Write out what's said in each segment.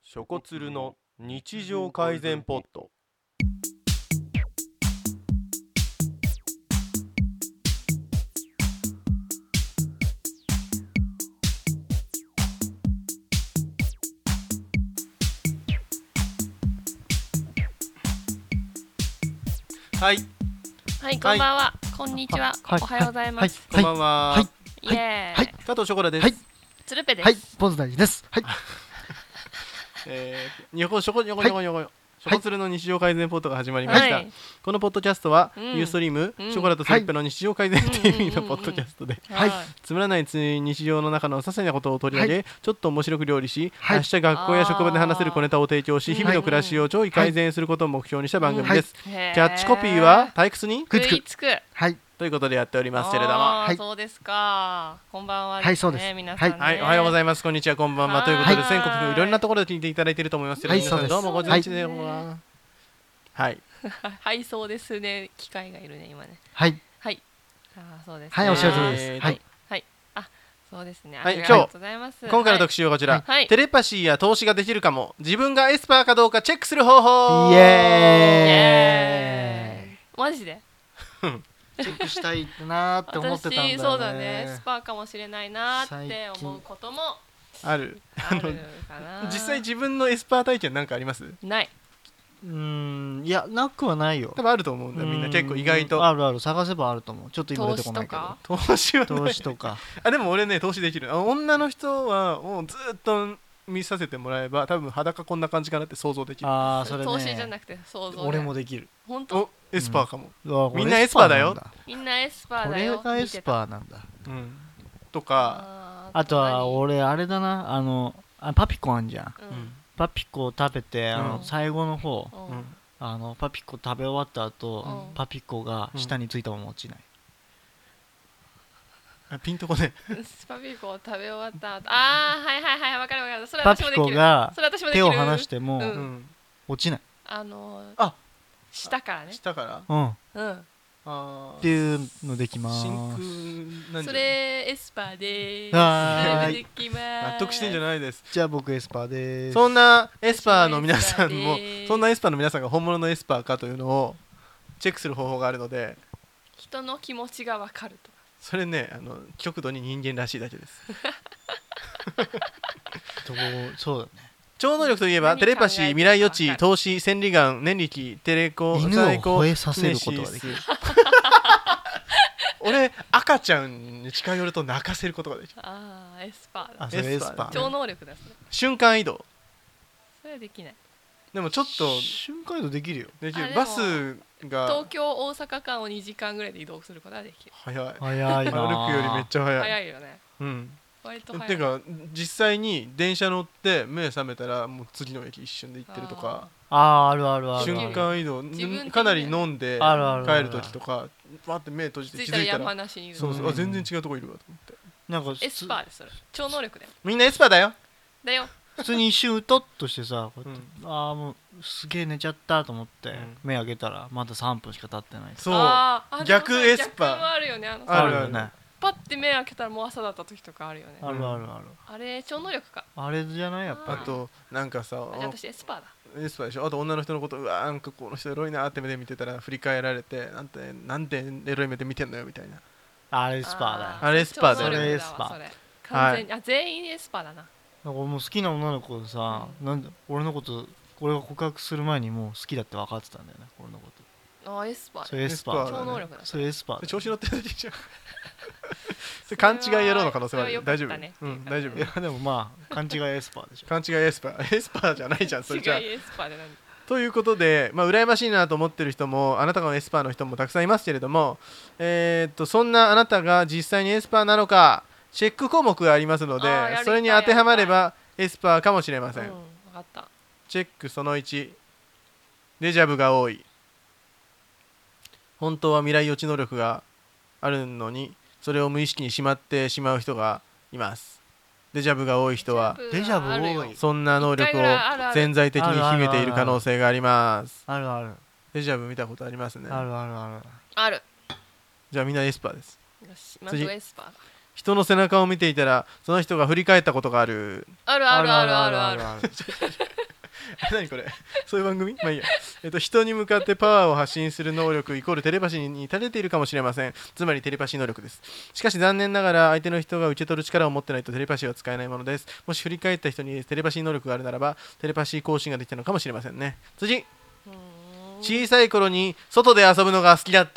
ショコツルの日常改善ポット。はい、 はい、こんばんは、こんにちは、おはようございます。 こんばんは。 イエーイ。 加藤ショコラです。 つるぺです。 はい、ポンズ大臣です。はい。 ショコツルの日常改善ポットが始まりました。このポッドキャストはユーストリーム、ショコラとつるっぺの日常改善っていう意味のポッドキャストで、つまらない日常の中の些細なことを取り上げ、ちょっと面白く料理し、明日学校や職場で話せる小ネタを提供し、日々の暮らしを超い改善することを目標にした番組です。キャッチコピーは退屈に食いつく。 はい。 ということでやっておりますけれども、 そうですか。こんばんは。 はい、そうです。 皆さんね。 はい、おはようございます。こんにちは、こんばんは。ということで全国いろんなところで聞いていただいていると思いますけど、皆さんどうもご存知では。はい。 はい、そうですね。機械がいるね、今ね。 はい。 はい。あ、そうです。 はい、お仕事です。はい。 はい。あ、そうですね。 はい、今回の特集はこちら。テレパシーや投資ができるかも。自分がエスパーかどうかチェックする方法。 イエーイ。 マジで。 チェックしたいなーって思ってたんだよね。 そうだね。エスパーかもしれないなーって思うこともある。 かな。 実際自分のエスパー体験なんかあります？ ない。 いや、なくはないよ。 多分あると思うんだよ、みんな結構意外と。 あるある、探せばあると思う。ちょっと今出てこないけど。 投資とか。 あ、でも俺ね、投資できる。女の人はもうずっと見させてもらえば、多分裸こんな感じかなって想像できる。 ああ、それね。 投資じゃなくて想像。 俺もできる。 本当？ エスパーかも。みんなエスパーだよ。 みんなエスパーだよ。 これがエスパーなんだ。 とか、 あとは俺あれだな、パピコあんじゃん。パピコを食べて最後の方、パピコ食べ終わった後、パピコが下についたまま落ちない。 ピンとこね。 パピコを食べ終わった後、はいはいはい、わかるわかる。それパピコが手を離しても落ちない。 下からね。 下から。 っていうのできます。 それエスパーでーす。 できます。 納得してんじゃないです。 じゃあ僕エスパーです。 そんなエスパーの皆さんも、そんなエスパーの皆さんが本物のエスパーかというのをチェックする方法があるので、 人の気持ちがわかるとか。 それね、極度に人間らしいだけです。 そうだね。 超能力といえばテレパシー、未来予知、投資、千里眼、念力、テレコ、 犬を吠えさせることができる。 俺赤ちゃんに近寄ると泣かせることができる。 エスパーだ。 エスパー。 超能力だ。 瞬間移動。 それはできない。 でもちょっと瞬間移動できるよ。 できる。バスが東京大阪間を2時間ぐらいで移動することができる。 早いな。 歩くよりめっちゃ早い。 早いよね。割と早い。 てか実際に電車乗って目覚めたらもう次の駅一瞬で行ってるとか。 あるあるある。 瞬間移動。かなり飲んで帰る時とか、待って目閉じて気づいたら、そう全然違うとこいるわと思って。 なんかエスパーです。それ超能力だよ。 みんなエスパーだよ。 普通に一瞬うとっとしてさ、もうすげえ寝ちゃったと思って目開けたらまだ3分しか経ってない。 そう逆エスパー逆もあるよね。 あるよね。 パッて目開けたらもう朝だった時とかあるよね。 あるあるある。 あれ超能力か。 あれじゃないやっぱり。 あとなんかさ、 私エスパーだ。 エスパーでしょ。あと女の人のこと、うわなんかこの人エロいなって目で見てたら振り返られて、なんてエロい目で見てんのよみたいな。 あれエスパーだよ。 あれエスパーだよ。 それエスパー。 完全に全員エスパーだな。 なんかもう好きな女の子でさ、なんで俺のこと俺が告白する前にもう好きだって分かってたんだよね、俺のこと。 エスパー。 それエスパー。 超能力だ。 それエスパー。 調子乗ってるじゃん。それ勘違い野郎の可能性はある。大丈夫。大丈夫。 いやでもまあ勘違いエスパーでしょ。 勘違いエスパー。エスパーじゃないじゃんそれじゃ。 エスパーで何？ ということで、羨ましいなと思ってる人も、あなたがエスパーの人もたくさんいますけれども、そんなあなたが実際にエスパーなのかチェック項目がありますので、それに当てはまればエスパーかもしれません。 分かった。 チェックその1、デジャブが多い。本当は未来予知能力があるのにそれを無意識にしまってしまう人がいます。デジャブが多い人はデジャブ多い。 そんな能力を潜在的に秘めている可能性があります。 あるある。 デジャブ見たことありますね。 あるあるある。 ある。 じゃあみんなエスパーです。 次、エスパー。 人の背中を見ていたらその人が振り返ったことがある。 あるあるあるあるある。 何これそういう番組まあいいや、人に向かってパワーを発信する能力イコールテレパシーに至れているかもしれません。つまりテレパシー能力です。しかし残念ながら相手の人が受け取る力を持ってないとテレパシーは使えないものです。もし振り返った人にテレパシー能力があるならばテレパシー更新ができたのかもしれませんね。次、小さい頃に外で遊ぶのが好きだった。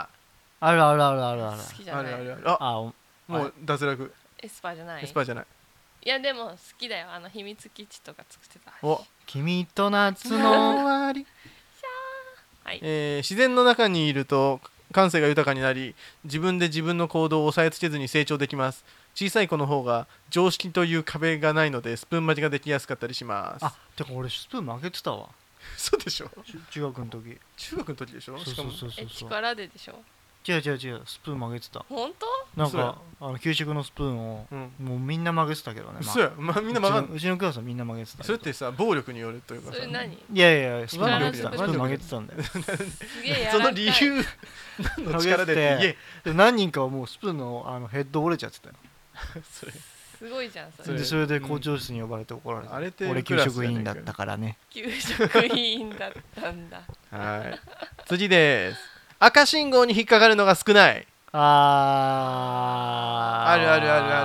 あるあるあるあるある。 好きじゃない。 もう脱落。 エスパーじゃない。 エスパーじゃない。 いやでも好きだよ。秘密基地とか作ってた。 君と夏の終わり。 はい。 自然の中にいると感性が豊かになり、自分で自分の行動を抑えつけずに成長できます。小さい子の方が常識という壁がないのでスプーン待ちができやすかったりします。 てか俺スプーン負けてたわ。 そうでしょ。 中学の時。 中学の時でしょ。しかも力ででしょ。 違うスプーン曲げてた。 本当？ なんか給食のスプーンをもうみんな曲げてたけどね。 そうや、みんな曲げ。 うちのクラスはみんな曲げてた。 それってさ暴力によるというかさ。 それ何？ いやスプーン曲げてたんだよ。 すげえやその理由何の力で何人かはもうスプーンのヘッド折れちゃってたよ。 それすごいじゃんそれで校長室に呼ばれて怒られた。俺給食委員だったからね。 給食委員だったんだ。 はい。次です。赤信号に引っかかるのが少ない。ある。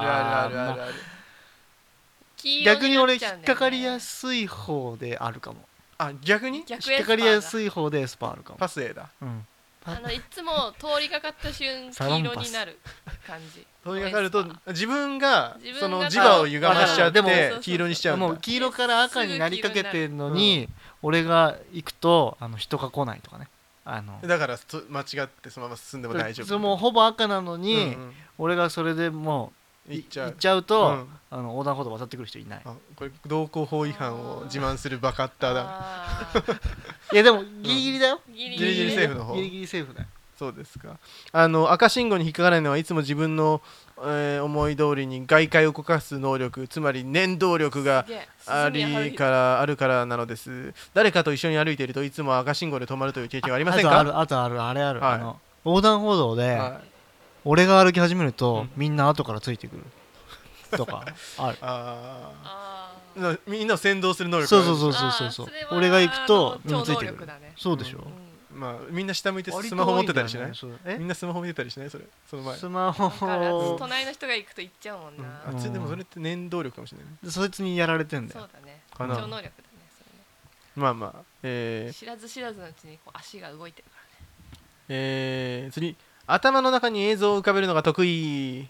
逆に俺引っかかりやすい方であるかも。 逆に引っかかりやすい方でエスパーあるかも。 パス A だ。 いつも通りかかった瞬間黄色になる感じ。 通りかかると自分がその磁場を歪ましちゃって黄色にしちゃうんだ。 もう黄色から赤になりかけてるのに俺が行くと人が来ないとかね。 だから間違ってそのまま進んでも大丈夫。 それもほぼ赤なのに俺がそれでもう行っちゃうと横断歩道渡ってくる人いない。 これ道交法違反を自慢するバカッターだ。 いやでもギリギリだよ。 ギリギリセーフの方。 ギリギリセーフだよ。 そうですか。赤信号に引っかからないのはいつも自分の、思い通りに外界を動かす能力、つまり念動力があるからなのです。誰かと一緒に歩いているといつも赤信号で止まるという経験はありませんか？ あとある横断歩道で俺が歩き始めるとみんな後からついてくるとかある。 みんなを先導する能力。 そう俺が行くとみんなついてくる。そうでしょ。 みんな下向いてスマホ持ってたりしない？みんなスマホ見てたりしない？その前スマホ隣の人が行くと行っちゃうもんな。 でもそれって念動力かもしれない。 そいつにやられてんだよ。 そうだね。超能力だねそれね。 知らず知らずのうちに足が動いてるからね。 次、頭の中に映像を浮かべるのが得意。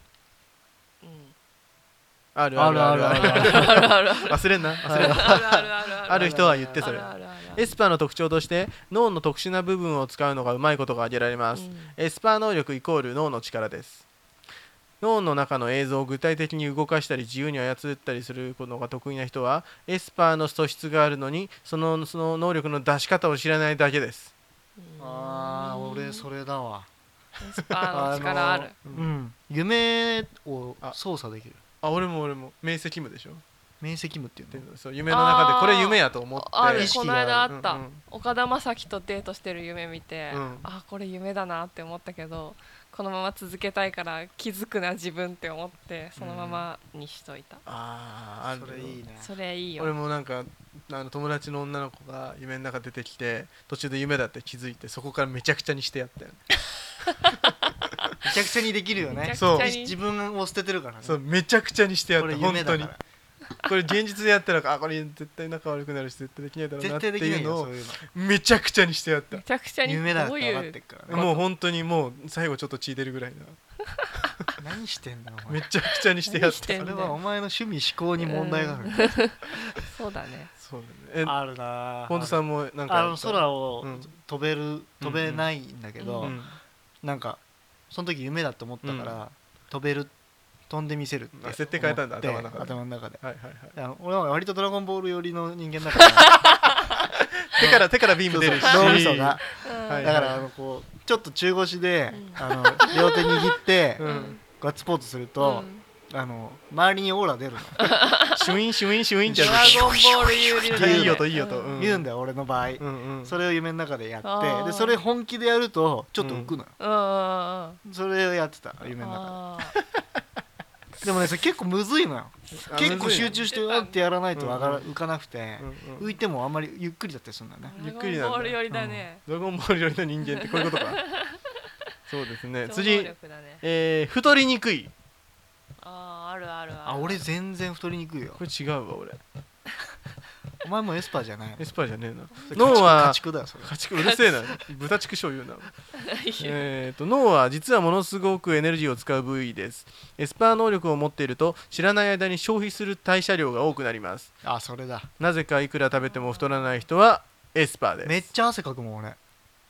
ある。忘れんな。ある人は言ってそれ。エスパーの特徴として脳の特殊な部分を使うのがうまいことが挙げられます。エスパー能力イコール脳の力です。脳の中の映像を具体的に動かしたり自由に操ったりするのが得意な人はエスパーの素質があるのにその能力の出し方を知らないだけです。 俺それだわ。 エスパーの力ある。 夢を操作できる。 俺も明晰夢でしょ。 明晰夢っていうの。 そう夢の中でこれ夢やと思って。 この間あった。岡田将生とデートしてる夢見て、これ夢だなって思ったけどこのまま続けたいから気づくな自分って思ってそのままにしといた。 それいいね。 それいいよ。 俺もなんか友達の女の子が夢の中出てきて途中で夢だって気づいてそこからめちゃくちゃにしてやったよね。 めちゃくちゃにできるよね。自分を捨ててるからね。 そうめちゃくちゃにしてやった。本当にこれ現実でやったらこれ絶対仲悪くなるし絶対できないだろうなっていうのをめちゃくちゃにしてやった。 めちゃくちゃに夢だって分かってっからね。 もう本当にもう最後ちょっと血出るぐらいな。 何してんだお前。めちゃくちゃにしてやった。それはお前の趣味思考に問題がある。 そうだね。 あるな。 本当さんもなんか空を飛べないんだけどなんかその時夢だと思ったから飛んでみせるって設定変えたんだ頭の中で。 俺は割とドラゴンボール寄りの人間だから手からビーム出るし脳みそがだからちょっと中腰で両手握ってガッツポーズすると周りにオーラ出るの。 シュインシュインシュインってドラゴンボール有流いいよといいよと言うんだよ俺の場合。それを夢の中でやってでそれ本気でやるとちょっと浮くのよ。それをやってた夢の中で。 でもねそれ結構むずいのよ。結構集中してわってやらないと浮かなくて、浮いてもあんまりゆっくりだったりするんだね。 ゆっくりなんだ。 ドラゴンボール寄りだね。 ドラゴンボール寄りの人間ってこういうことか。そうですね。次、太りにくい。 ある。 俺全然太りにくいよ。 これ違うわ俺。 お前もエスパーじゃないの。 エスパーじゃねえな。脳は家畜だよそれ。 家畜うるせえな。豚畜生言うな。脳は実はものすごくエネルギーを使う部位です。エスパー能力を持っていると知らない間に消費する代謝量が多くなります。 あ、それだ。 なぜかいくら食べても太らない人はエスパーです。 めっちゃ汗かくもん俺。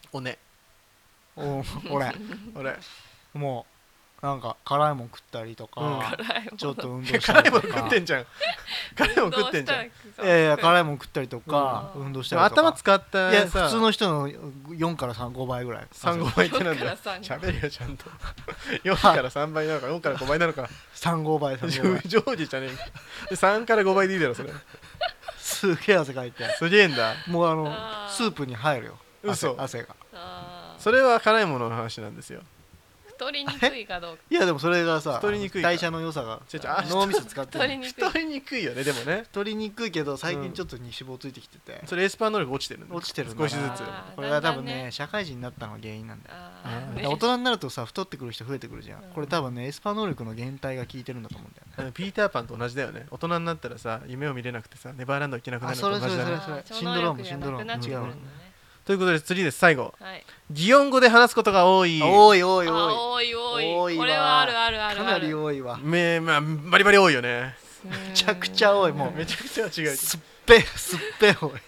俺もうなんか辛いもん食ったりとか、ちょっと運動したりとか。 辛いもん食ってんじゃん。辛いもん食ってんじゃん。 いや辛いもん食ったりとか、運動したりとか。 頭使ったいや普通の人の4から5倍ぐらい。 3、5倍ってなんだよ。喋るよちゃんと。4から3倍なのか4から5倍なのか。 3、5倍。 常時じゃねえ。3から5倍でいいだろそれ。 すげえ汗かいて。 すげえんだ。 もうスープに入るよ。汗が。 それは辛いものの話なんですよ。 太りにくいかどうか。 いやでもそれがさ代謝の良さが脳みそ使ってる。 太りにくいよねでもね。 太りにくいけど最近ちょっと脂肪ついてきてて。 それエスパー能力落ちてる落ちてる少しずつ。 これは多分ね社会人になったのが原因なんだよ。大人になるとさ太ってくる人増えてくるじゃん。これ多分ねエスパー能力の減退が効いてるんだと思うんだよね。 ピーターパンと同じだよね。大人になったらさ夢を見れなくてさネバーランド行けなくなるのと同じだね。 シンドローム違う。 ということで次です。最後、擬音語で話すことが多い。 多い。 これはある。 かなり多いわ。 バリバリ多いよね。 めちゃくちゃ多い。もうめちゃくちゃ違う。 すっぺ多い。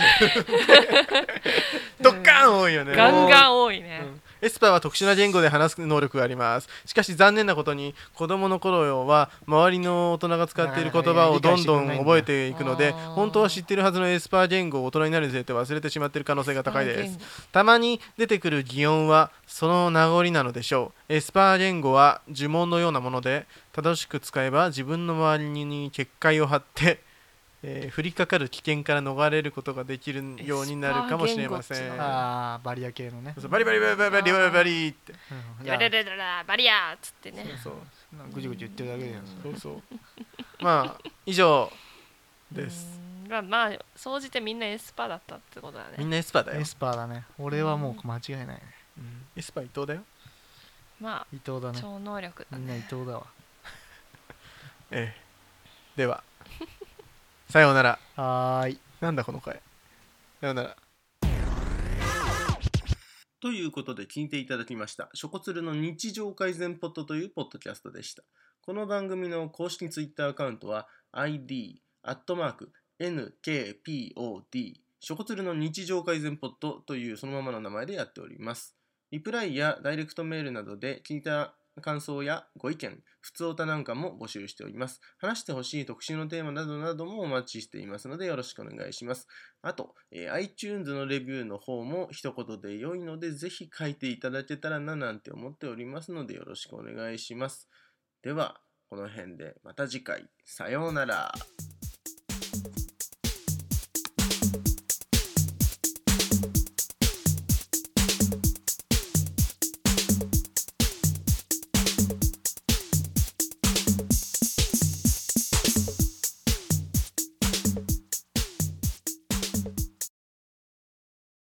ドッカン多いよね。 ガンガン多いね。 エスパーは特殊な言語で話す能力があります。しかし残念なことに子供の頃は周りの大人が使っている言葉をどんどん覚えていくので、本当は知っているはずのエスパー言語を大人になるにつれて忘れてしまっている可能性が高いです。たまに出てくる擬音はその名残なのでしょう。エスパー言語は呪文のようなもので、正しく使えば自分の周りに結界を張って降りかかる危険から逃れることができるようになるかもしれません。 バリア系のね。 バリって。 バリアーっつってね。 ぐじゅぐじゅ言ってるだけで。 そう。まあ以上です。 まあ総じてみんなエスパーだったってことだね。 みんなエスパーだよ。 エスパーだね。俺はもう間違いないね。 エスパー伊藤だよ。 まあ伊藤だね。 超能力だね。 みんな伊藤だわ。 では。さようなら。 なんだこの回。さようなら。ということで聞いていただきました。しょこつるの日常改善ポッドというポッドキャストでした。この番組の公式ツイッターアカウントは ID@NKPOD しょこつるの日常改善ポッドというそのままの名前でやっております。リプライやダイレクトメールなどで聞いた感想やご意見、普通オタなんかも募集しております。話してほしい特集のテーマなどなどもお待ちしていますのでよろしくお願いします。あと、iTunes のレビューの方も一言で良いのでぜひ書いていただけたらななんて思っておりますのでよろしくお願いします。では、この辺でまた次回。さようなら。